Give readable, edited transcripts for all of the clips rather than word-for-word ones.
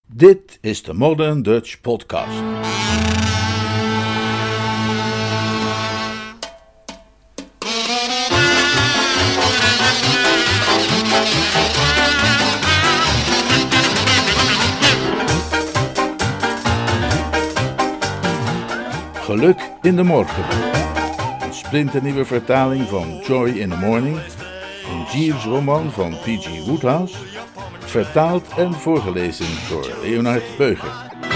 Dit is de Modern Dutch Podcast. Geluk in de morgen. Een splinternieuwe vertaling van Joy in the Morning. Een Jeeves-roman van P.G. Wodehouse. Vertaald en voorgelezen door Leonard Beuger.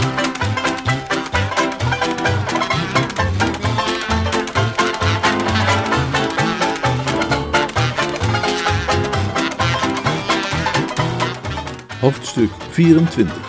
Hoofdstuk 24.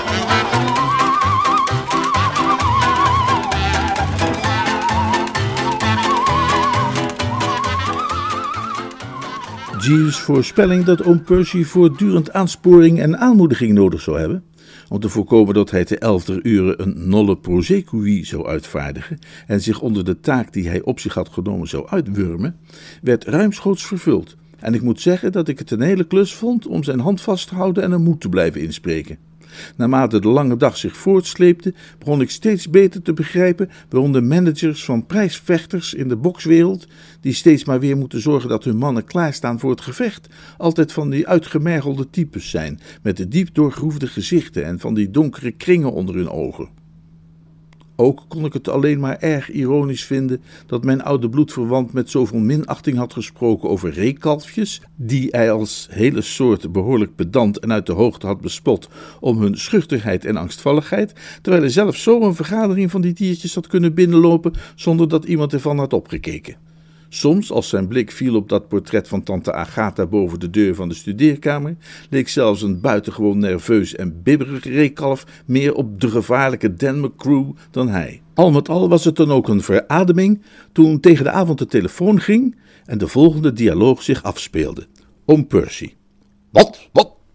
Jeeves' voorspelling dat oom Percy voortdurend aansporing en aanmoediging nodig zou hebben, om te voorkomen dat hij te 11 uur een nolle prosecui zou uitvaardigen en zich onder de taak die hij op zich had genomen zou uitwurmen, werd ruimschoots vervuld. En ik moet zeggen dat ik het een hele klus vond om zijn hand vast te houden en hem moed te blijven inspreken. Naarmate de lange dag zich voortsleepte, begon ik steeds beter te begrijpen waarom de managers van prijsvechters in de bokswereld, die steeds maar weer moeten zorgen dat hun mannen klaarstaan voor het gevecht, altijd van die uitgemergelde types zijn, met de diep doorgroefde gezichten en van die donkere kringen onder hun ogen. Ook kon ik het alleen maar erg ironisch vinden dat mijn oude bloedverwant met zoveel minachting had gesproken over reekalfjes, die hij als hele soort behoorlijk pedant en uit de hoogte had bespot om hun schuchterheid en angstvalligheid, terwijl hij zelf zo een vergadering van die diertjes had kunnen binnenlopen zonder dat iemand ervan had opgekeken. Soms, als zijn blik viel op dat portret van tante Agatha boven de deur van de studeerkamer, leek zelfs een buitengewoon nerveus en bibberig reekalf meer op de gevaarlijke Dan McGrew dan hij. Al met al was het dan ook een verademing toen tegen de avond de telefoon ging en de volgende dialoog zich afspeelde. Oom Percy. Wat?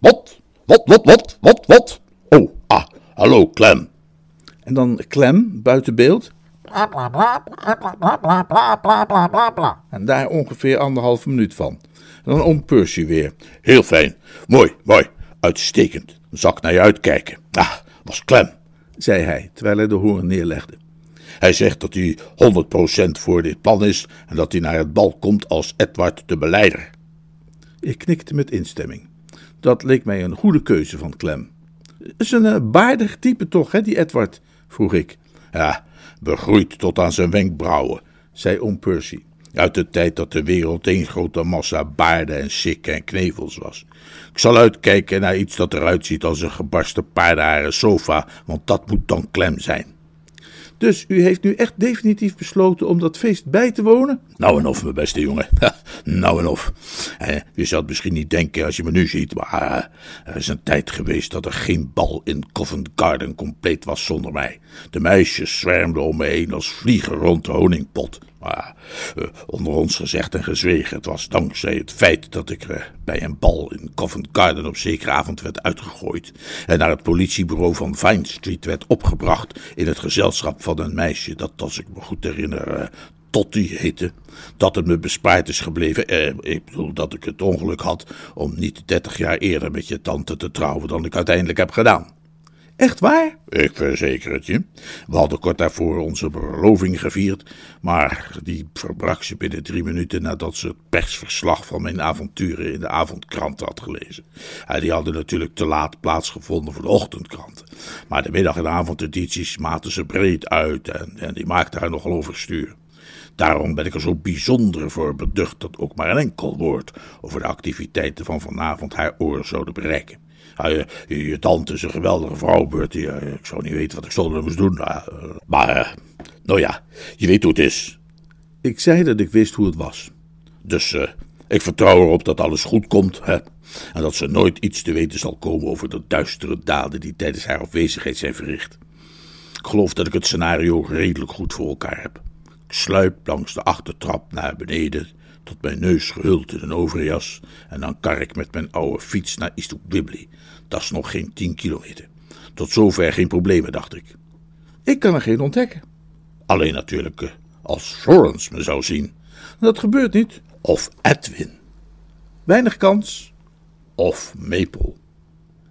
Oh, hallo Clem. En dan Clem, buiten beeld. En daar ongeveer 1,5 minuut van. En dan oom Percy weer. Heel fijn. Mooi. Uitstekend. Dan zal ik naar je uitkijken. Was Clem, zei hij, terwijl hij de hoorn neerlegde. Hij zegt dat hij 100% voor dit plan is en dat hij naar het bal komt als Edward de beleider. Ik knikte met instemming. Dat leek mij een goede keuze van Clem. Is een baardig type toch, hè, die Edward? Vroeg ik. Ja, begroeid tot aan zijn wenkbrauwen, zei oom Percy. Uit de tijd dat de wereld één grote massa baarden en sikken en knevels was. Ik zal uitkijken naar iets dat eruit ziet als een gebarsten paardenharen sofa, want dat moet dan Clem zijn. Dus u heeft nu echt definitief besloten om dat feest bij te wonen? Nou en of, mijn beste jongen. Nou en of. Je zal het misschien niet denken als je me nu ziet, maar er is een tijd geweest dat er geen bal in Covent Garden compleet was zonder mij. De meisjes zwermden om me heen als vliegen rond de honingpot. Maar onder ons gezegd en gezwegen, het was dankzij het feit dat ik bij een bal in Covent Garden op zekere avond werd uitgegooid en naar het politiebureau van Vine Street werd opgebracht in het gezelschap van een meisje dat, als ik me goed herinner, Tottie heette, dat het me bespaard is gebleven. Ik bedoel dat ik het ongeluk had om niet 30 jaar eerder met je tante te trouwen dan ik uiteindelijk heb gedaan. Echt waar? Ik verzeker het je. We hadden kort daarvoor onze verloving gevierd, maar die verbrak ze binnen 3 minuten nadat ze het persverslag van mijn avonturen in de avondkrant had gelezen. Die hadden natuurlijk te laat plaatsgevonden voor de ochtendkranten, maar de middag- en avondedities maakten ze breed uit en die maakten haar nogal overstuur. Daarom ben ik er zo bijzonder voor beducht dat ook maar een enkel woord over de activiteiten van vanavond haar oor zouden bereiken. Je tante is een geweldige vrouw, Bertie. Ik zou niet weten wat ik zonder moest doen. Nou ja, je weet hoe het is. Ik zei dat ik wist hoe het was. Dus ik vertrouw erop dat alles goed komt, hè? En dat ze nooit iets te weten zal komen over de duistere daden die tijdens haar afwezigheid zijn verricht. Ik geloof dat ik het scenario redelijk goed voor elkaar heb. Ik sluip langs de achtertrap naar beneden, tot mijn neus gehuld in een overjas, en dan kar ik met mijn oude fiets naar East Wibley. Dat is nog geen 10 kilometer. Tot zover geen problemen, dacht ik. Ik kan er geen ontdekken. Alleen natuurlijk als Florence me zou zien. Dat gebeurt niet. Of Edwin. Weinig kans. Of Maple.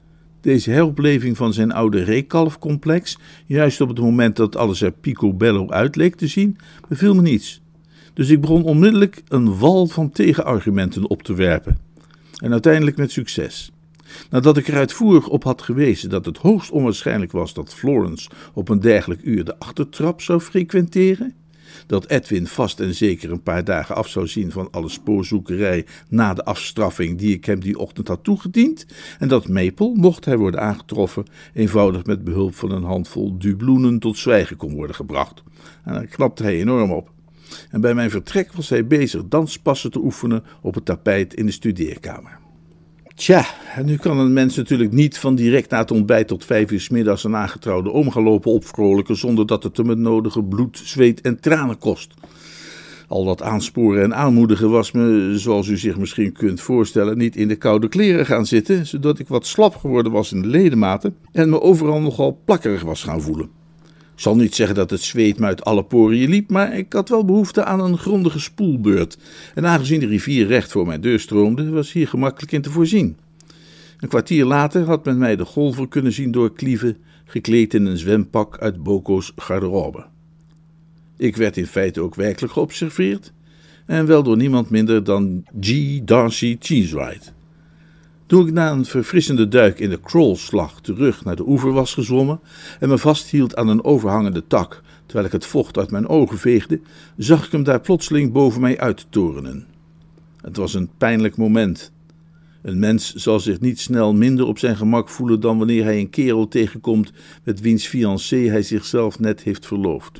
Deze heropleving van zijn oude reekalfcomplex, juist op het moment dat alles er picobello uit leek te zien, beviel me niets. Dus ik begon onmiddellijk een wal van tegenargumenten op te werpen. En uiteindelijk met succes. Nadat ik er uitvoerig op had gewezen dat het hoogst onwaarschijnlijk was dat Florence op een dergelijk uur de achtertrap zou frequenteren, dat Edwin vast en zeker een paar dagen af zou zien van alle spoorzoekerij na de afstraffing die ik hem die ochtend had toegediend, en dat Maple, mocht hij worden aangetroffen, eenvoudig met behulp van een handvol dubloenen tot zwijgen kon worden gebracht. En daar knapte hij enorm op. En bij mijn vertrek was hij bezig danspassen te oefenen op het tapijt in de studeerkamer. Tja, en nu kan een mens natuurlijk niet van direct na het ontbijt tot 5 uur 's middags een aangetrouwde oom gaan lopen opvrolijken zonder dat het hem het nodige bloed, zweet en tranen kost. Al dat aansporen en aanmoedigen was me, zoals u zich misschien kunt voorstellen, niet in de koude kleren gaan zitten, zodat ik wat slap geworden was in de ledematen en me overal nogal plakkerig was gaan voelen. Ik zal niet zeggen dat het zweet me uit alle poriën liep, maar ik had wel behoefte aan een grondige spoelbeurt. En aangezien de rivier recht voor mijn deur stroomde, was hier gemakkelijk in te voorzien. Een kwartier later had men mij de golver kunnen zien doorklieven, gekleed in een zwempak uit Boco's garderobe. Ik werd in feite ook werkelijk geobserveerd, en wel door niemand minder dan G. Darcy Cheesewright. Toen ik na een verfrissende duik in de Krollslag terug naar de oever was gezwommen en me vasthield aan een overhangende tak, terwijl ik het vocht uit mijn ogen veegde, zag ik hem daar plotseling boven mij uittorenen. Het was een pijnlijk moment. Een mens zal zich niet snel minder op zijn gemak voelen dan wanneer hij een kerel tegenkomt met wiens fiancé hij zichzelf net heeft verloofd.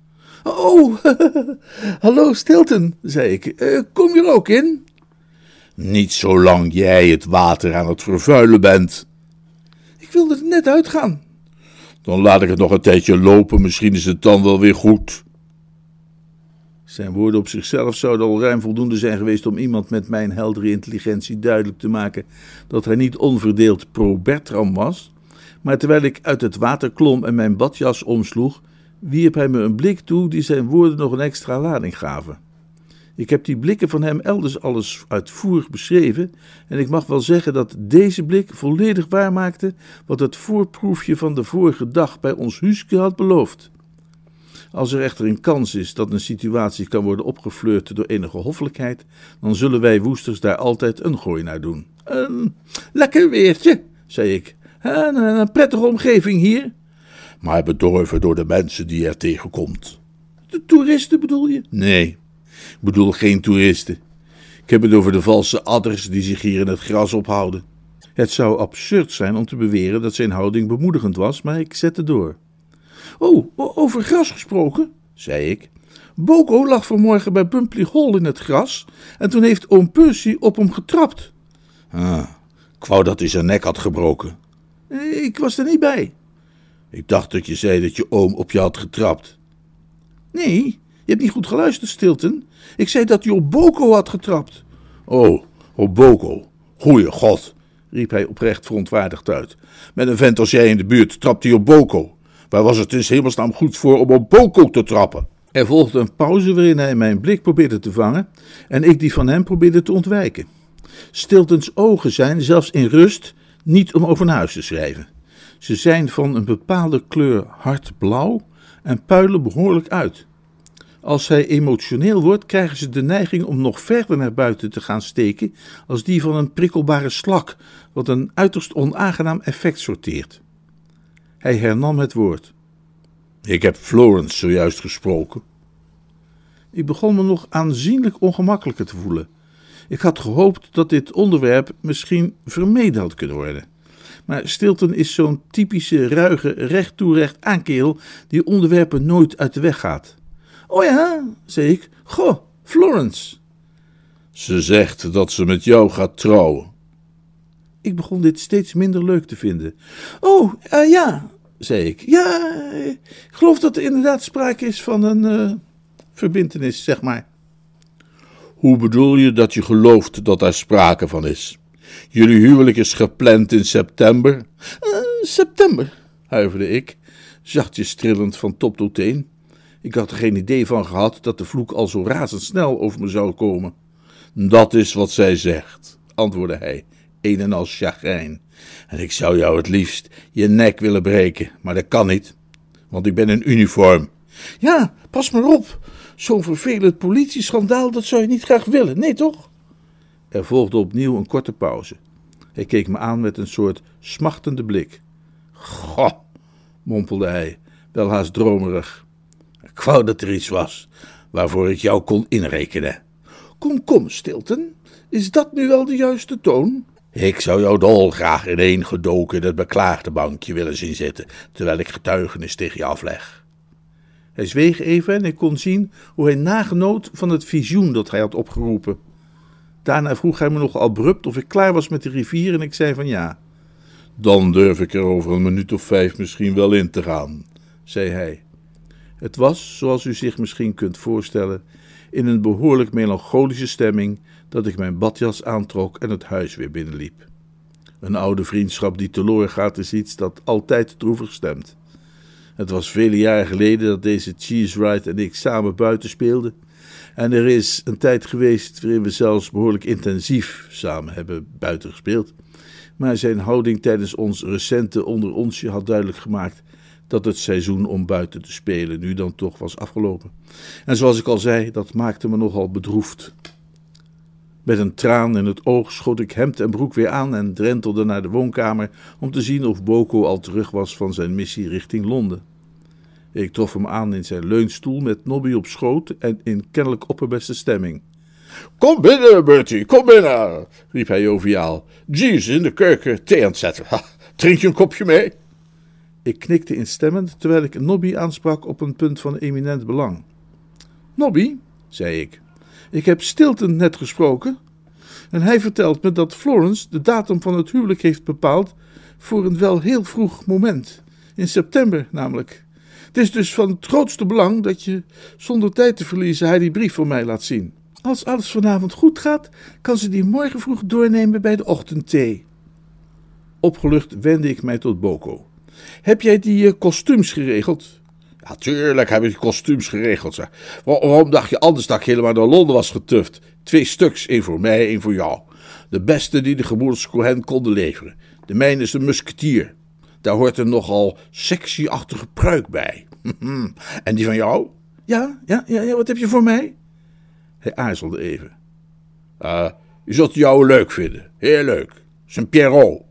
Oh, hallo Stilton, zei ik, kom je er ook in? Niet zolang jij het water aan het vervuilen bent. Ik wilde er net uitgaan. Dan laat ik het nog een tijdje lopen, misschien is het dan wel weer goed. Zijn woorden op zichzelf zouden al ruim voldoende zijn geweest om iemand met mijn heldere intelligentie duidelijk te maken dat hij niet onverdeeld pro-Bertram was, maar terwijl ik uit het water klom en mijn badjas omsloeg, wierp hij me een blik toe die zijn woorden nog een extra lading gaven. Ik heb die blikken van hem elders alles uitvoerig beschreven en ik mag wel zeggen dat deze blik volledig waarmaakte wat het voorproefje van de vorige dag bij ons Huske had beloofd. Als er echter een kans is dat een situatie kan worden opgefleurd door enige hoffelijkheid, dan zullen wij Woesters daar altijd een gooi naar doen. Lekker weertje, zei ik. Een prettige omgeving hier. Maar bedorven door de mensen die je er tegenkomt. De toeristen bedoel je? Nee, ik bedoel geen toeristen. Ik heb het over de valse adders die zich hier in het gras ophouden. Het zou absurd zijn om te beweren dat zijn houding bemoedigend was, maar ik zette door. Oh, over gras gesproken, zei ik. Boco lag vanmorgen bij Bumpley Hall in het gras en toen heeft oom Percy op hem getrapt. Ik wou dat hij zijn nek had gebroken. Ik was er niet bij. Ik dacht dat je zei dat je oom op je had getrapt. Nee, je hebt niet goed geluisterd, Stilton. Ik zei dat hij op Boco had getrapt. Oh, op Boco. Goeie god, riep hij oprecht verontwaardigd uit. Met een vent als jij in de buurt trapt hij op Boco. Waar was het in hemelsnaam goed voor om op Boco te trappen? Er volgde een pauze waarin hij mijn blik probeerde te vangen en ik die van hem probeerde te ontwijken. Stiltons ogen zijn, zelfs in rust, niet om over naar huis te schrijven. Ze zijn van een bepaalde kleur hardblauw en puilen behoorlijk uit. Als hij emotioneel wordt, krijgen ze de neiging om nog verder naar buiten te gaan steken als die van een prikkelbare slak, wat een uiterst onaangenaam effect sorteert. Hij hernam het woord. Ik heb Florence zojuist gesproken. Ik begon me nog aanzienlijk ongemakkelijker te voelen. Ik had gehoopt dat dit onderwerp misschien vermeden had kunnen worden. Maar Stilton is zo'n typische, ruige, recht toe recht aankerel die onderwerpen nooit uit de weg gaat. Oh ja, zei ik. Goh, Florence. Ze zegt dat ze met jou gaat trouwen. Ik begon dit steeds minder leuk te vinden. Oh, ja, zei ik. Ja, ik geloof dat er inderdaad sprake is van een verbintenis, zeg maar. Hoe bedoel je dat je gelooft dat daar sprake van is? Jullie huwelijk is gepland in september? September, huiverde ik, zachtjes trillend van top tot teen. Ik had er geen idee van gehad dat de vloek al zo razendsnel over me zou komen. Dat is wat zij zegt, antwoordde hij, een en al chagrijn. En ik zou jou het liefst je nek willen breken, maar dat kan niet, want ik ben in uniform. Ja, pas maar op. Zo'n vervelend politieschandaal, dat zou je niet graag willen, nee toch? Er volgde opnieuw een korte pauze. Hij keek me aan met een soort smachtende blik. Goh, mompelde hij, wel haast dromerig. Ik wou dat er iets was waarvoor ik jou kon inrekenen. Kom, Stilton, is dat nu wel de juiste toon? Ik zou jou dolgraag ineengedoken in het beklaagde bankje willen zien zitten, terwijl ik getuigenis tegen je afleg. Hij zweeg even en ik kon zien hoe hij nagenoot van het visioen dat hij had opgeroepen. Daarna vroeg hij me nog abrupt of ik klaar was met de rivier en ik zei van ja. Dan durf ik er over een minuut of 5 misschien wel in te gaan, zei hij. Het was, zoals u zich misschien kunt voorstellen, in een behoorlijk melancholische stemming dat ik mijn badjas aantrok en het huis weer binnenliep. Een oude vriendschap die teloor gaat is iets dat altijd droevig stemt. Het was vele jaren geleden dat deze Cheesewright en ik samen buiten speelden. En er is een tijd geweest waarin we zelfs behoorlijk intensief samen hebben buiten gespeeld. Maar zijn houding tijdens ons recente onder onsje had duidelijk gemaakt dat het seizoen om buiten te spelen nu dan toch was afgelopen. En zoals ik al zei, dat maakte me nogal bedroefd. Met een traan in het oog schoot ik hemd en broek weer aan en drentelde naar de woonkamer om te zien of Boko al terug was van zijn missie richting Londen. Ik trof hem aan in zijn leunstoel met Nobby op schoot en in kennelijk opperbeste stemming. Kom binnen, Bertie, kom binnen, riep hij joviaal. Jeeves in de keuken thee aan het zetten. Drink je een kopje mee? Ik knikte instemmend terwijl ik Nobby aansprak op een punt van eminent belang. Nobby, zei ik heb Stilton net gesproken en hij vertelt me dat Florence de datum van het huwelijk heeft bepaald voor een wel heel vroeg moment, in september namelijk. Het is dus van het grootste belang dat je zonder tijd te verliezen haar die brief voor mij laat zien. Als alles vanavond goed gaat, kan ze die morgen vroeg doornemen bij de ochtendthee. Opgelucht wendde ik mij tot Boko. Heb jij die kostuums geregeld? Ja, tuurlijk heb ik die kostuums geregeld, zeg. Waarom dacht je anders dat ik helemaal naar Londen was getuft? 2 stuks, 1 voor mij, 1 voor jou. De beste die de gebroeders Cohen konden leveren. De mijne is de musketier. Daar hoort een nogal sexy-achtige pruik bij. En die van jou? Ja, wat heb je voor mij? Hij aarzelde even. Je zult jou leuk vinden. Heel leuk. Zijn Pierrot.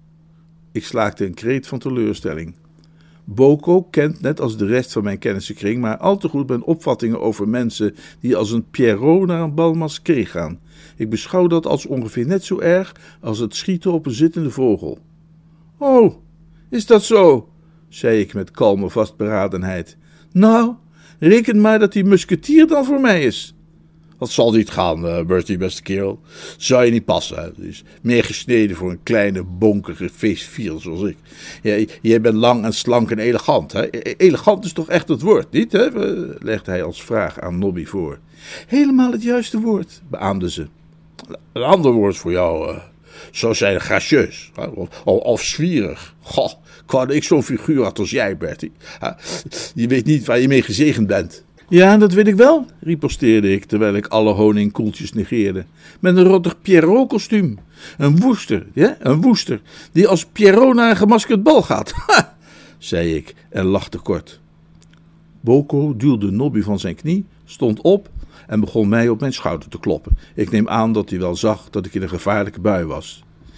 Ik slaakte een kreet van teleurstelling. Boko kent net als de rest van mijn kennissenkring maar al te goed mijn opvattingen over mensen die als een Pierrot naar een bal masqué gaan. Ik beschouw dat als ongeveer net zo erg als het schieten op een zittende vogel. Oh, is dat zo? Zei ik met kalme vastberadenheid. Nou, reken maar dat die musketier dan voor mij is. Dat zal niet gaan, Bertie, beste kerel. Zou je niet passen. Hè? Het is meer gesneden voor een kleine, bonkige feestvier zoals ik. Jij bent lang en slank en elegant. Hè? Elegant is toch echt het woord, niet? Hè? Legde hij als vraag aan Nobby voor. Helemaal het juiste woord, beaamde ze. Een ander woord voor jou zou zijn gracieus. Of zwierig. Goh, ik wou dat ik zo'n figuur had als jij, Bertie. Je weet niet waar je mee gezegend bent. Ja, dat weet ik wel, riposteerde ik, terwijl ik alle honingkoeltjes negeerde. Met een rottig Pierrot-kostuum. Een woester, die als Pierrot naar een gemaskerd bal gaat. Ha, zei ik en lachte kort. Boko duwde Nobby van zijn knie, stond op en begon mij op mijn schouder te kloppen. Ik neem aan dat hij wel zag dat ik in een gevaarlijke bui was.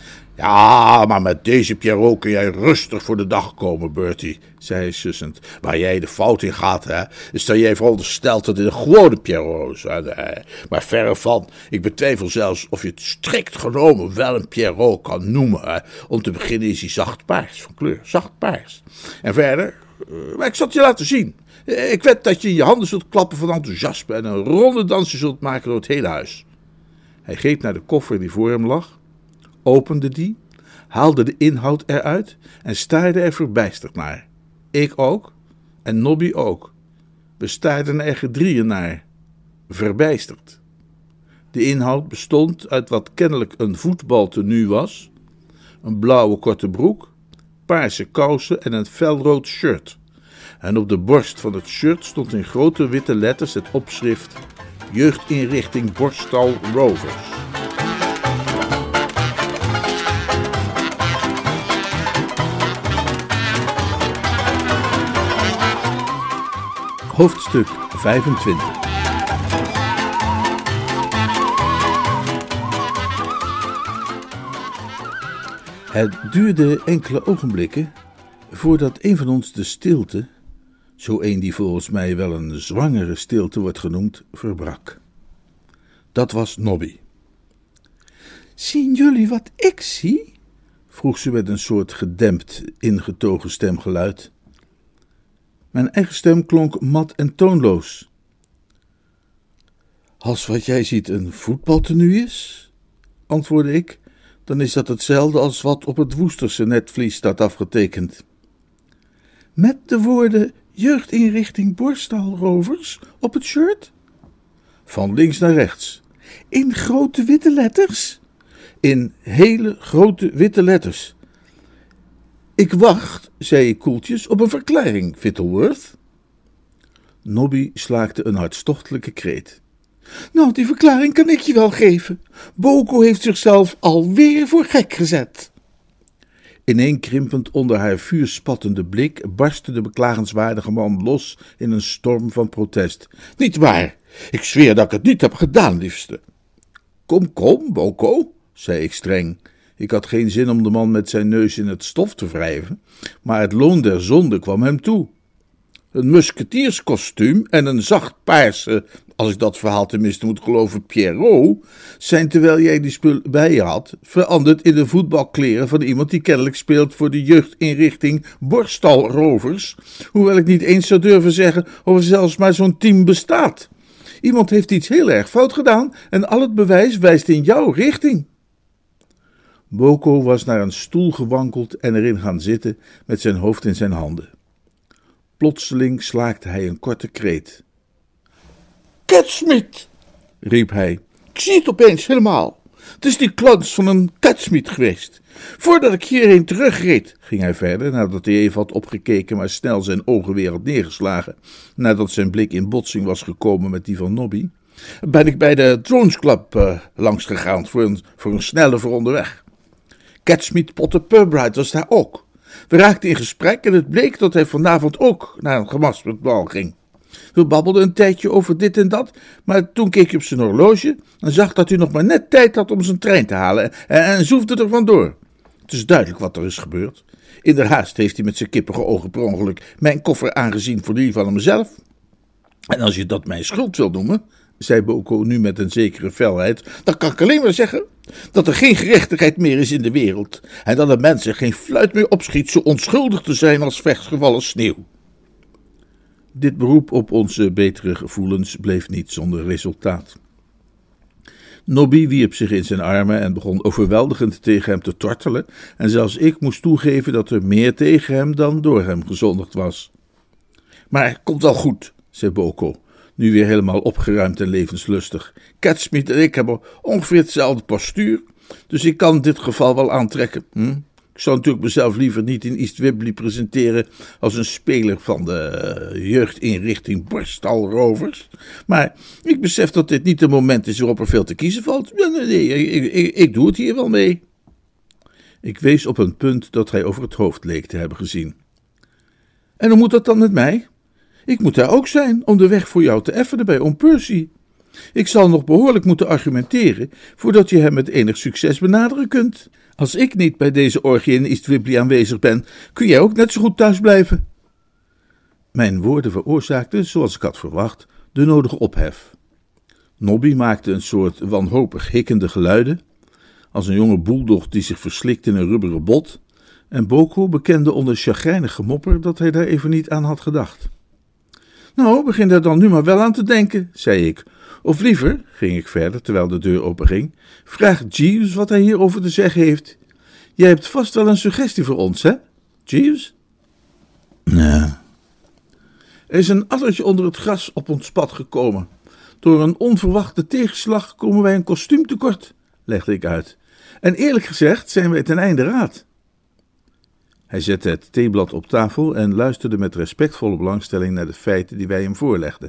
Ja, maar met deze Pierrot kun jij rustig voor de dag komen, Bertie, zei hij sussend. Waar jij de fout in gaat, hè, is dat jij veronderstelt dat dit een gewone Pierrot is. Maar verre van, ik betwijfel zelfs of je het strikt genomen wel een Pierrot kan noemen. Hè. Om te beginnen is hij zacht paars van kleur, zacht paars. En verder, maar ik zal het je laten zien. Ik weet dat je in je handen zult klappen van enthousiasme en een ronde dansje zult maken door het hele huis. Hij greep naar de koffer die voor hem lag, opende die, haalde de inhoud eruit en staarde er verbijsterd naar. Ik ook en Nobby ook. We staarden er gedrieën naar, verbijsterd. De inhoud bestond uit wat kennelijk een voetbaltenue was, een blauwe korte broek, paarse kousen en een felrood shirt. En op de borst van het shirt stond in grote witte letters het opschrift Jeugdinrichting Borstal Rovers. Hoofdstuk 25. Het duurde enkele ogenblikken voordat een van ons de stilte, zo een die volgens mij wel een zwangere stilte wordt genoemd, verbrak. Dat was Nobby. Zien jullie wat ik zie? Vroeg ze met een soort gedempt, ingetogen stemgeluid. Mijn eigen stem klonk mat en toonloos. Als wat jij ziet een voetbaltenue is, antwoordde ik, dan is dat hetzelfde als wat op het Woesterse netvlies staat afgetekend. Met de woorden jeugdinrichting Borstalrovers op het shirt? Van links naar rechts. In grote witte letters? In hele grote witte letters. Ik wacht, zei ik koeltjes, op een verklaring, Fittleworth. Nobby slaakte een hartstochtelijke kreet. Nou, die verklaring kan ik je wel geven. Boko heeft zichzelf alweer voor gek gezet. Ineenkrimpend onder haar vuurspattende blik barstte de beklagenswaardige man los in een storm van protest. Niet waar, ik zweer dat ik het niet heb gedaan, liefste. Kom, Boko, zei ik streng. Ik had geen zin om de man met zijn neus in het stof te wrijven, maar het loon der zonde kwam hem toe. Een musketierskostuum en een zacht paarse, als ik dat verhaal tenminste moet geloven, Pierrot, zijn, terwijl jij die spul bij je had, veranderd in de voetbalkleren van iemand die kennelijk speelt voor de jeugdinrichting Borstalrovers, hoewel ik niet eens zou durven zeggen of er zelfs maar zo'n team bestaat. Iemand heeft iets heel erg fout gedaan en al het bewijs wijst in jouw richting. Boko was naar een stoel gewankeld en erin gaan zitten met zijn hoofd in zijn handen. Plotseling slaakte hij een korte kreet. Catsmeet, riep hij. Ik zie het opeens helemaal. Het is die klans van een catsmeet geweest. Voordat ik hierheen terugreed, ging hij verder, nadat hij even had opgekeken, maar snel zijn ogen weer had neergeslagen, nadat zijn blik in botsing was gekomen met die van Nobby, ben ik bij de Drones Club langs gegaan voor een snelle voor onderweg. Catsmeet Potter Purbright was daar ook. We raakten in gesprek en het bleek dat hij vanavond ook naar een gemaskerd bal ging. We babbelden een tijdje over dit en dat, maar toen keek hij op zijn horloge en zag dat hij nog maar net tijd had om zijn trein te halen en zoefde er vandoor. Het is duidelijk wat er is gebeurd. In de haast heeft hij met zijn kippige ogen per ongeluk mijn koffer aangezien voor die van hemzelf. En als je dat mijn schuld wil noemen, zei Boko nu met een zekere felheid, dan kan ik alleen maar zeggen dat er geen gerechtigheid meer is in de wereld en dat de mensen geen fluit meer opschiet zo onschuldig te zijn als versgevallen sneeuw. Dit beroep op onze betere gevoelens bleef niet zonder resultaat. Nobby wierp zich in zijn armen en begon overweldigend tegen hem te tortelen, en zelfs ik moest toegeven dat er meer tegen hem dan door hem gezondigd was. Maar het komt wel goed, zei Boko, nu weer helemaal opgeruimd en levenslustig. Catsmeet en ik hebben ongeveer hetzelfde postuur, dus ik kan dit geval wel aantrekken. Ik zou natuurlijk mezelf liever niet in East Wibley presenteren als een speler van de jeugdinrichting Borstalrovers, maar ik besef dat dit niet het moment is waarop er veel te kiezen valt. Nee, ik doe het hier wel mee. Ik wees op een punt dat hij over het hoofd leek te hebben gezien. En hoe moet dat dan met mij? Ik moet daar ook zijn om de weg voor jou te effenen bij oom Percy. Ik zal nog behoorlijk moeten argumenteren voordat je hem met enig succes benaderen kunt. Als ik niet bij deze orgie in East Wibley aanwezig ben, kun jij ook net zo goed thuis blijven. Mijn woorden veroorzaakten, zoals ik had verwacht, de nodige ophef. Nobby maakte een soort wanhopig hikkende geluiden, als een jonge boeldog die zich verslikt in een rubberen bot, en Boko bekende onder chagrijnig gemopper dat hij daar even niet aan had gedacht. Nou, begin daar dan nu maar wel aan te denken, zei ik. Of liever, ging ik verder terwijl de deur openging, vraag Jeeves wat hij hierover te zeggen heeft. Jij hebt vast wel een suggestie voor ons, hè, Jeeves? Nee. Er is een addertje onder het gras op ons pad gekomen. Door een onverwachte tegenslag komen wij een kostuum tekort, legde ik uit. En eerlijk gezegd zijn wij ten einde raad. Hij zette het theeblad op tafel en luisterde met respectvolle belangstelling naar de feiten die wij hem voorlegden.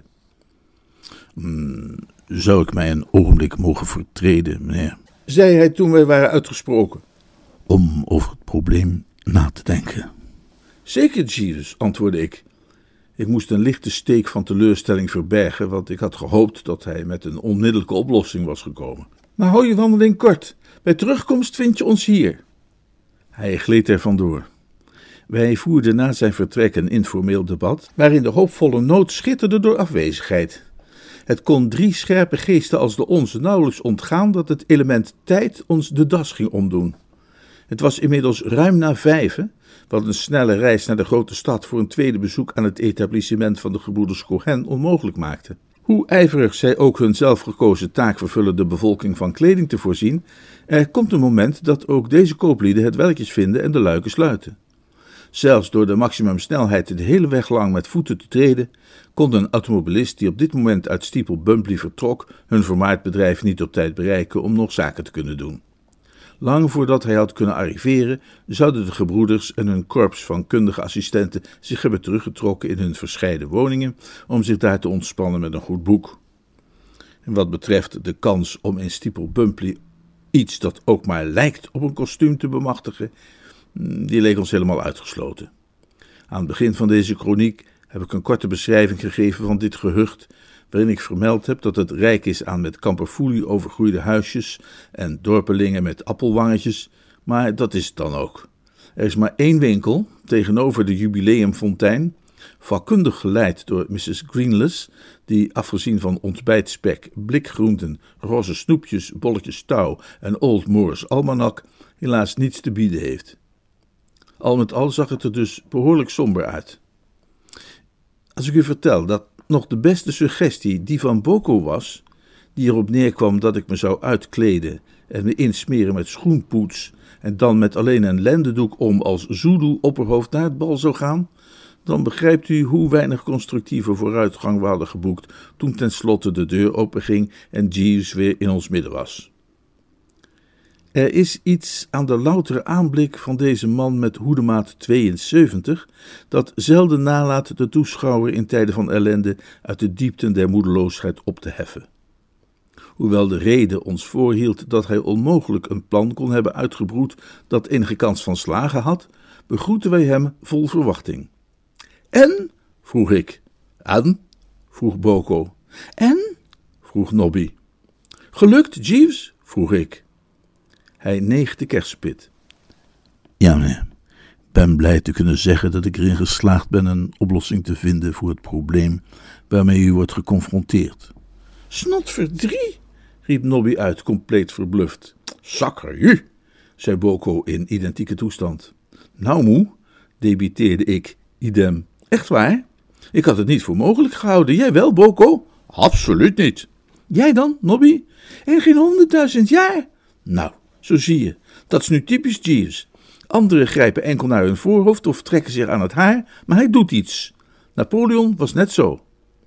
Zou ik mij een ogenblik mogen vertreden, meneer? Zei hij toen wij waren uitgesproken. Om over het probleem na te denken. Zeker, Jeeves, antwoordde ik. Ik moest een lichte steek van teleurstelling verbergen, want ik had gehoopt dat hij met een onmiddellijke oplossing was gekomen. Maar hou je wandeling kort. Bij terugkomst vind je ons hier. Hij gleed er vandoor. Wij voerden na zijn vertrek een informeel debat, waarin de hoopvolle noot schitterde door afwezigheid. Het kon 3 scherpe geesten als de onze nauwelijks ontgaan dat het element tijd ons de das ging omdoen. Het was inmiddels ruim na 5, wat een snelle reis naar de grote stad voor een tweede bezoek aan het etablissement van de gebroeders Cohen onmogelijk maakte. Hoe ijverig zij ook hun zelfgekozen taak vervullen de bevolking van kleding te voorzien, er komt een moment dat ook deze kooplieden het welletjes vinden en de luiken sluiten. Zelfs door de maximumsnelheid de hele weg lang met voeten te treden, kon een automobilist die op dit moment uit Steeple Bumpley vertrok hun vermaard bedrijf niet op tijd bereiken om nog zaken te kunnen doen. Lang voordat hij had kunnen arriveren, zouden de gebroeders en hun korps van kundige assistenten zich hebben teruggetrokken in hun verscheiden woningen om zich daar te ontspannen met een goed boek. En wat betreft de kans om in Steeple Bumpley iets dat ook maar lijkt op een kostuum te bemachtigen, die leek ons helemaal uitgesloten. Aan het begin van deze kroniek heb ik een korte beschrijving gegeven van dit gehucht, waarin ik vermeld heb dat het rijk is aan met kamperfoelie overgroeide huisjes en dorpelingen met appelwangetjes, maar dat is het dan ook. Er is maar 1 winkel, tegenover de jubileumfontein, vakkundig geleid door Mrs. Greenless, die afgezien van ontbijtspek, blikgroenten, roze snoepjes, bolletjes touw en Old Moore's almanak helaas niets te bieden heeft. Al met al zag het er dus behoorlijk somber uit. Als ik u vertel dat nog de beste suggestie die van Boko was, die erop neerkwam dat ik me zou uitkleden en me insmeren met schoenpoets en dan met alleen een lendendoek om als Zulu-opperhoofd naar het bal zou gaan, dan begrijpt u hoe weinig constructieve vooruitgang we hadden geboekt toen tenslotte de deur openging en Jeeves weer in ons midden was. Er is iets aan de loutere aanblik van deze man met hoedemaat 72 dat zelden nalaat de toeschouwer in tijden van ellende uit de diepten der moedeloosheid op te heffen. Hoewel de rede ons voorhield dat hij onmogelijk een plan kon hebben uitgebroed dat enige kans van slagen had, begroetten wij hem vol verwachting. En? Vroeg ik. En? Vroeg Boko. En? Vroeg Nobby. Gelukt, Jeeves? Vroeg ik. Hij neeg de kersenpit. Ja, meneer. Ik ben blij te kunnen zeggen dat ik erin geslaagd ben een oplossing te vinden voor het probleem waarmee u wordt geconfronteerd. Snotverdrie, riep Nobby uit, compleet verbluft. Sakkerju, zei Boko in identieke toestand. Nou moe, debiteerde ik, idem. Echt waar? Ik had het niet voor mogelijk gehouden. Jij wel, Boko? Absoluut niet. Jij dan, Nobby? En geen 100.000 jaar? Nou, zo zie je. Dat is nu typisch Jeeves. Anderen grijpen enkel naar hun voorhoofd of trekken zich aan het haar, maar hij doet iets. Napoleon was net zo.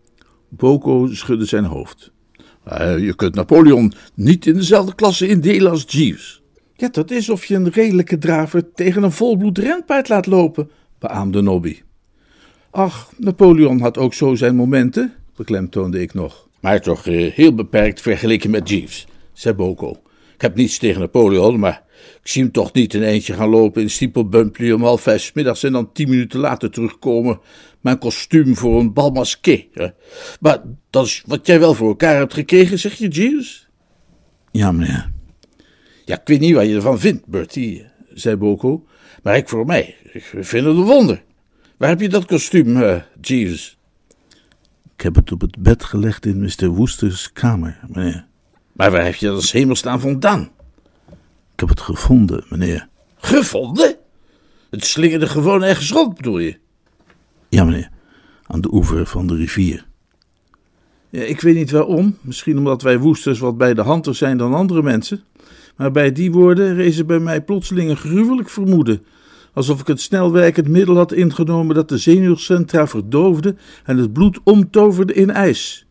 Boko schudde zijn hoofd. Je kunt Napoleon niet in dezelfde klasse indelen als Jeeves. Ja, dat is of je een redelijke draver tegen een volbloed renpaard laat lopen, beaamde Nobby. Ach, Napoleon had ook zo zijn momenten, beklemtoonde ik nog. Maar toch heel beperkt vergeleken met Jeeves, zei Boko. Ik heb niets tegen Napoleon, maar ik zie hem toch niet een eindje gaan lopen in Steeple Bumpley om 4:30 'middags en dan 10 minuten later terugkomen met een kostuum voor een bal masqué. Maar dat is wat jij wel voor elkaar hebt gekregen, zeg je, Jeeves? Ja, meneer. Ja, ik weet niet wat je ervan vindt, Bertie, zei Boko, maar ik voor mij. Ik vind het een wonder. Waar heb je dat kostuum, Jeeves? Ik heb het op het bed gelegd in Mr. Wooster's kamer, meneer. Maar waar heb je dat als hemelstaan vandaan? Ik heb het gevonden, meneer. Gevonden? Het slingerde gewoon ergens rond, bedoel je? Ja, meneer. Aan de oever van de rivier. Ja, ik weet niet waarom. Misschien omdat wij Woesters wat bij de hand zijn dan andere mensen. Maar bij die woorden rees er bij mij plotseling een gruwelijk vermoeden. Alsof ik het snelwerkend middel had ingenomen dat de zenuwcentra verdoofde en het bloed omtoverde in ijs.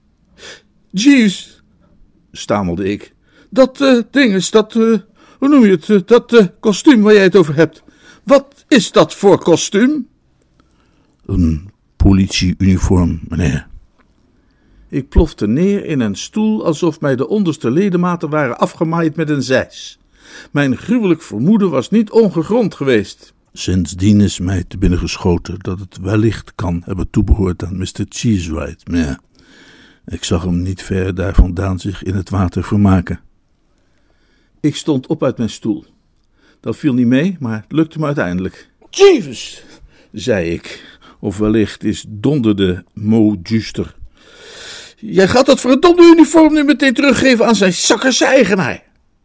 Jeeves, stamelde ik. Dat ding is dat, hoe noem je het, dat kostuum waar jij het over hebt. Wat is dat voor kostuum? Een politieuniform, meneer. Ik plofte neer in een stoel alsof mij de onderste ledematen waren afgemaaid met een zeis. Mijn gruwelijk vermoeden was niet ongegrond geweest. Sindsdien is mij te binnen geschoten dat het wellicht kan hebben toebehoord aan Mr. Cheesewright, maar ja, ik zag hem niet ver daar vandaan zich in het water vermaken. Ik stond op uit mijn stoel. Dat viel niet mee, maar het lukte me uiteindelijk. Jeeves, zei ik, of wellicht is donderde Mo Juster. Jij gaat dat verdomde uniform nu meteen teruggeven aan zijn zakkerse eigenaar.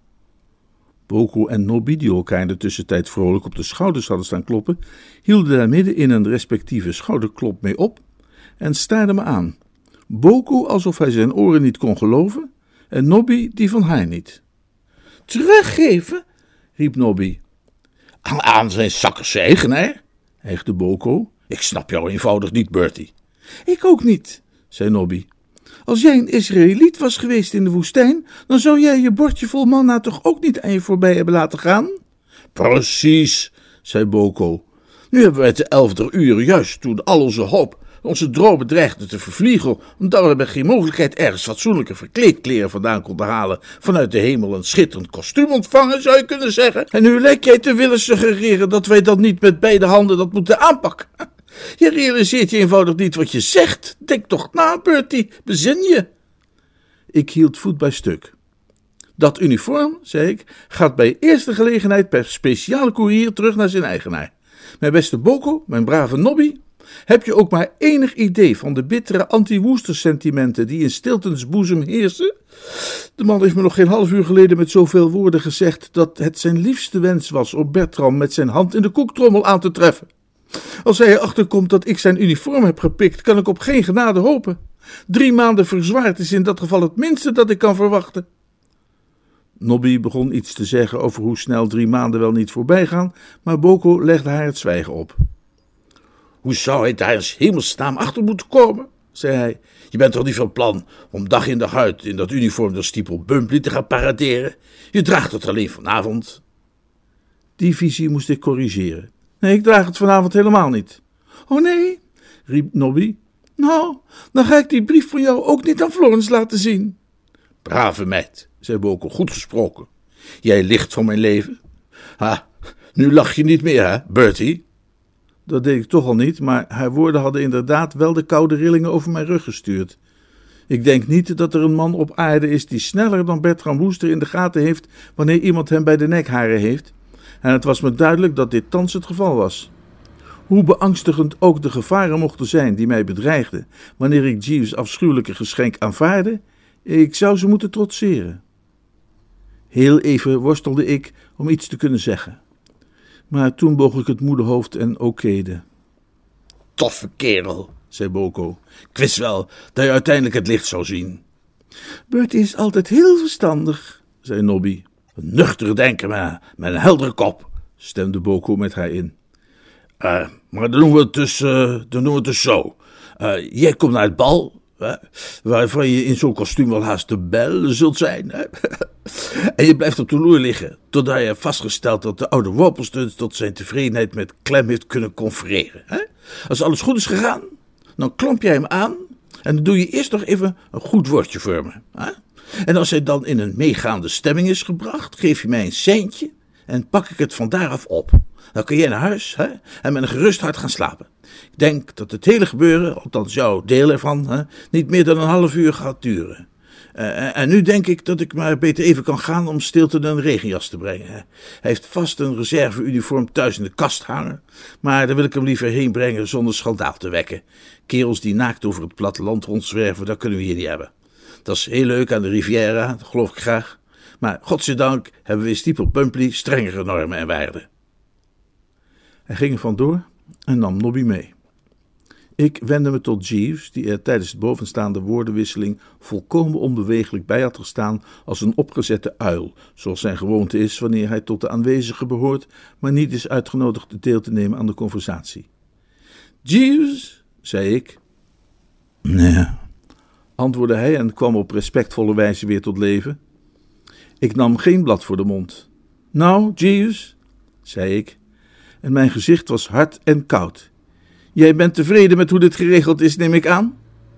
Boko en Nobby, die elkaar in de tussentijd vrolijk op de schouders hadden staan kloppen, hielden daar midden in een respectieve schouderklop mee op en staarden me aan. Boko alsof hij zijn oren niet kon geloven en Nobby die van haar niet. Teruggeven? Riep Nobby. Aan zijn zakkerse eigenaar? Hijgde Boko. Ik snap jou eenvoudig niet, Bertie. Ik ook niet, zei Nobby. Als jij een Israëliet was geweest in de woestijn, dan zou jij je bordje vol manna toch ook niet aan je voorbij hebben laten gaan? Precies, zei Boko. Nu hebben wij het 11e uur, juist toen al onze hoop, onze dromen dreigden te vervliegen, omdat we bij geen mogelijkheid ergens fatsoenlijke verkleedkleren vandaan konden halen, vanuit de hemel een schitterend kostuum ontvangen, zou je kunnen zeggen. En nu lijkt jij te willen suggereren dat wij dan niet met beide handen dat moeten aanpakken. Je realiseert je eenvoudig niet wat je zegt. Denk toch na, Bertie, bezin je. Ik hield voet bij stuk. Dat uniform, zei ik, gaat bij eerste gelegenheid per speciale koerier terug naar zijn eigenaar. Mijn beste Boko, mijn brave Nobby, heb je ook maar enig idee van de bittere anti-Woester sentimenten die in Stiltons boezem heersen? De man heeft me nog geen half uur geleden met zoveel woorden gezegd dat het zijn liefste wens was om Bertram met zijn hand in de koektrommel aan te treffen. Als hij erachter komt dat ik zijn uniform heb gepikt, kan ik op geen genade hopen. 3 maanden verzwaard is in dat geval het minste dat ik kan verwachten. Nobby begon iets te zeggen over hoe snel 3 maanden wel niet voorbij gaan, maar Boko legde haar het zwijgen op. Hoe zou hij daar in hemelsnaam achter moeten komen, zei hij. Je bent toch niet van plan om dag in dag uit in dat uniform door Steeple Bumbley te gaan paraderen? Je draagt het alleen vanavond. Die visie moest ik corrigeren. Nee, ik draag het vanavond helemaal niet. Oh nee, riep Nobby. Nou, dan ga ik die brief van jou ook niet aan Florence laten zien. Brave meid, zei Boko, goed gesproken. Jij licht van mijn leven. Nu lach je niet meer, hè, Bertie? Dat deed ik toch al niet, maar haar woorden hadden inderdaad wel de koude rillingen over mijn rug gestuurd. Ik denk niet dat er een man op aarde is die sneller dan Bertram Wooster in de gaten heeft wanneer iemand hem bij de nekharen heeft. En het was me duidelijk dat dit thans het geval was. Hoe beangstigend ook de gevaren mochten zijn die mij bedreigden wanneer ik Jeeves' afschuwelijke geschenk aanvaardde, ik zou ze moeten trotseren. Heel even worstelde ik om iets te kunnen zeggen. Maar toen boog ik het moede hoofd en okéde. Toffe kerel, zei Boko. Ik wist wel dat je uiteindelijk het licht zou zien. Bertie is altijd heel verstandig, zei Nobby. Een nuchter denken met een heldere kop, stemde Boko met haar in. Maar dan doen we het dus zo. Jij komt naar het bal, waarvan je in zo'n kostuum wel haast de belle zult zijn. Hè? En je blijft op de loer liggen, totdat je hebt vastgesteld dat de oude Worpelstuns tot zijn tevredenheid met Clem heeft kunnen confereren. Hè? Als alles goed is gegaan, dan klomp jij hem aan en dan doe je eerst nog even een goed woordje voor me. Hè? En als hij dan in een meegaande stemming is gebracht, geef je mij een seintje en pak ik het van daaraf op. Dan kun jij naar huis en met een gerust hart gaan slapen. Ik denk dat het hele gebeuren, althans jouw deel ervan, niet meer dan een half uur gaat duren. En nu denk ik dat ik maar beter even kan gaan om Stilton een regenjas te brengen. Hij heeft vast een reserveuniform thuis in de kast hangen, maar daar wil ik hem liever heen brengen zonder schandaal te wekken. Kerels die naakt over het platteland rondzwerven, dat kunnen we hier niet hebben. Dat is heel leuk aan de Riviera, dat geloof ik graag. Maar godzijdank hebben we in Steeple Bumbley strengere normen en waarden. Hij ging er vandoor en nam Nobby mee. Ik wendde me tot Jeeves, die er tijdens de bovenstaande woordenwisseling volkomen onbeweeglijk bij had gestaan als een opgezette uil, zoals zijn gewoonte is wanneer hij tot de aanwezigen behoort, maar niet is uitgenodigd deel te nemen aan de conversatie. Jeeves, zei ik. Nee, antwoordde hij en kwam op respectvolle wijze weer tot leven. Ik nam geen blad voor de mond. Nou, Jeeves, zei ik, en mijn gezicht was hard en koud. Jij bent tevreden met hoe dit geregeld is, neem ik aan?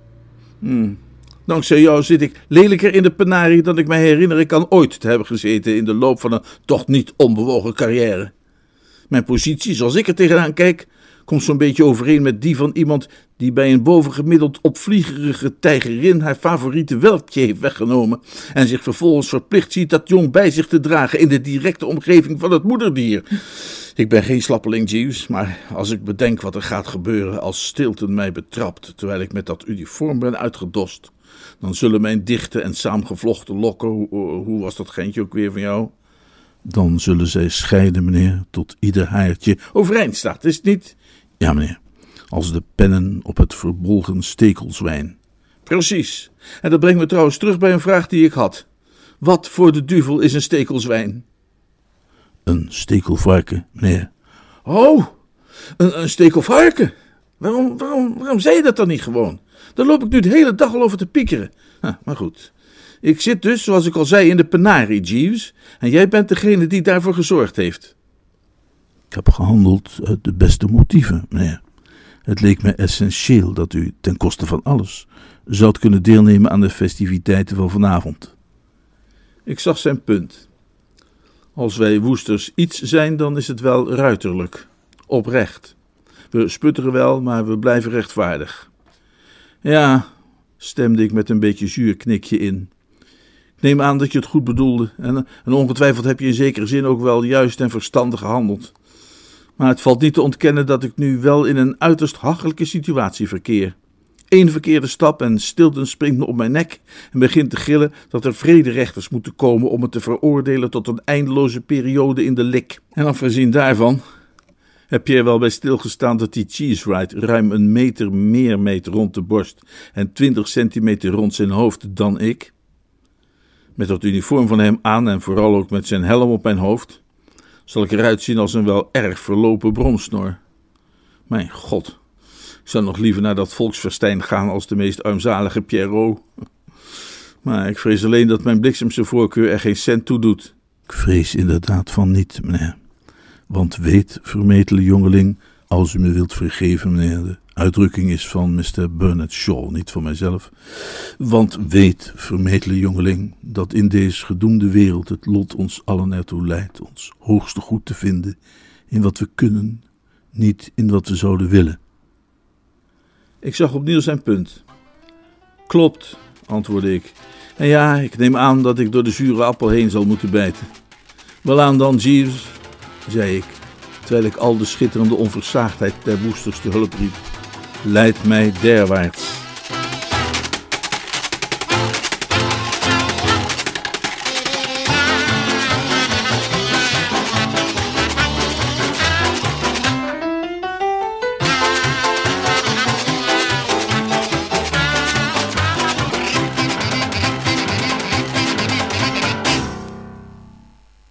Dankzij jou zit ik lelijker in de penarie dan ik mij herinneren kan ooit te hebben gezeten in de loop van een toch niet onbewogen carrière. Mijn positie, zoals ik er tegenaan kijk, komt zo'n beetje overeen met die van iemand die bij een bovengemiddeld opvliegerige tijgerin haar favoriete welpje heeft weggenomen en zich vervolgens verplicht ziet dat jong bij zich te dragen in de directe omgeving van het moederdier. Ik ben geen slappeling, Jeeves, maar als ik bedenk wat er gaat gebeuren als Stilton mij betrapt terwijl ik met dat uniform ben uitgedost, dan zullen mijn dichte en saamgevlochten lokken, hoe was dat geintje ook weer van jou? Dan zullen zij scheiden, meneer, tot ieder haartje overeind staat, is het niet? Ja, meneer, als de pennen op het verbolgen stekelzwijn. Precies. En dat brengt me trouwens terug bij een vraag die ik had. Wat voor de duivel is een stekelzwijn? Een stekelvarken, meneer. Oh, een stekelvarken. Waarom zei je dat dan niet gewoon? Daar loop ik nu de hele dag al over te piekeren. Maar goed. Ik zit dus, zoals ik al zei, in de penarie, Jeeves. En jij bent degene die daarvoor gezorgd heeft. Ik heb gehandeld uit de beste motieven, meneer. Het leek me essentieel dat u ten koste van alles zoudt kunnen deelnemen aan de festiviteiten van vanavond. Ik zag zijn punt. Als wij Woesters iets zijn, dan is het wel ruiterlijk. Oprecht. We sputteren wel, maar we blijven rechtvaardig. Ja, stemde ik met een beetje zuur knikje in. Ik neem aan dat je het goed bedoelde en ongetwijfeld heb je in zekere zin ook wel juist en verstandig gehandeld. Maar het valt niet te ontkennen dat ik nu wel in een uiterst hachelijke situatie verkeer. Eén verkeerde stap en Stilton springt me op mijn nek en begint te gillen dat er vrederechters moeten komen om me te veroordelen tot een eindeloze periode in de lik. En afgezien daarvan, heb jij wel bij stilgestaan dat die Cheesewright ruim een meter meer meet rond de borst en 20 centimeter rond zijn hoofd dan ik? Met dat uniform van hem aan en vooral ook met zijn helm op mijn hoofd, zal ik eruit zien als een wel erg verlopen bromsnor. Mijn god, ik zou nog liever naar dat volksfestijn gaan als de meest armzalige Pierrot. Maar ik vrees alleen dat mijn bliksemse voorkeur er geen cent toe doet. Ik vrees inderdaad van niet, meneer. Want weet, vermetele jongeling, als u me wilt vergeven, meneer, de uitdrukking is van Mr. Bernard Shaw, niet van mijzelf. Want weet, vermetele jongeling, dat in deze gedoemde wereld het lot ons allen ertoe leidt ons hoogste goed te vinden in wat we kunnen, niet in wat we zouden willen. Ik zag opnieuw zijn punt. Klopt, antwoordde ik. En ja, ik neem aan dat ik door de zure appel heen zal moeten bijten. Welaan dan, Jeeves, zei ik, terwijl ik al de schitterende onversaagdheid der Woesters te hulp riep. Leid mij derwaarts.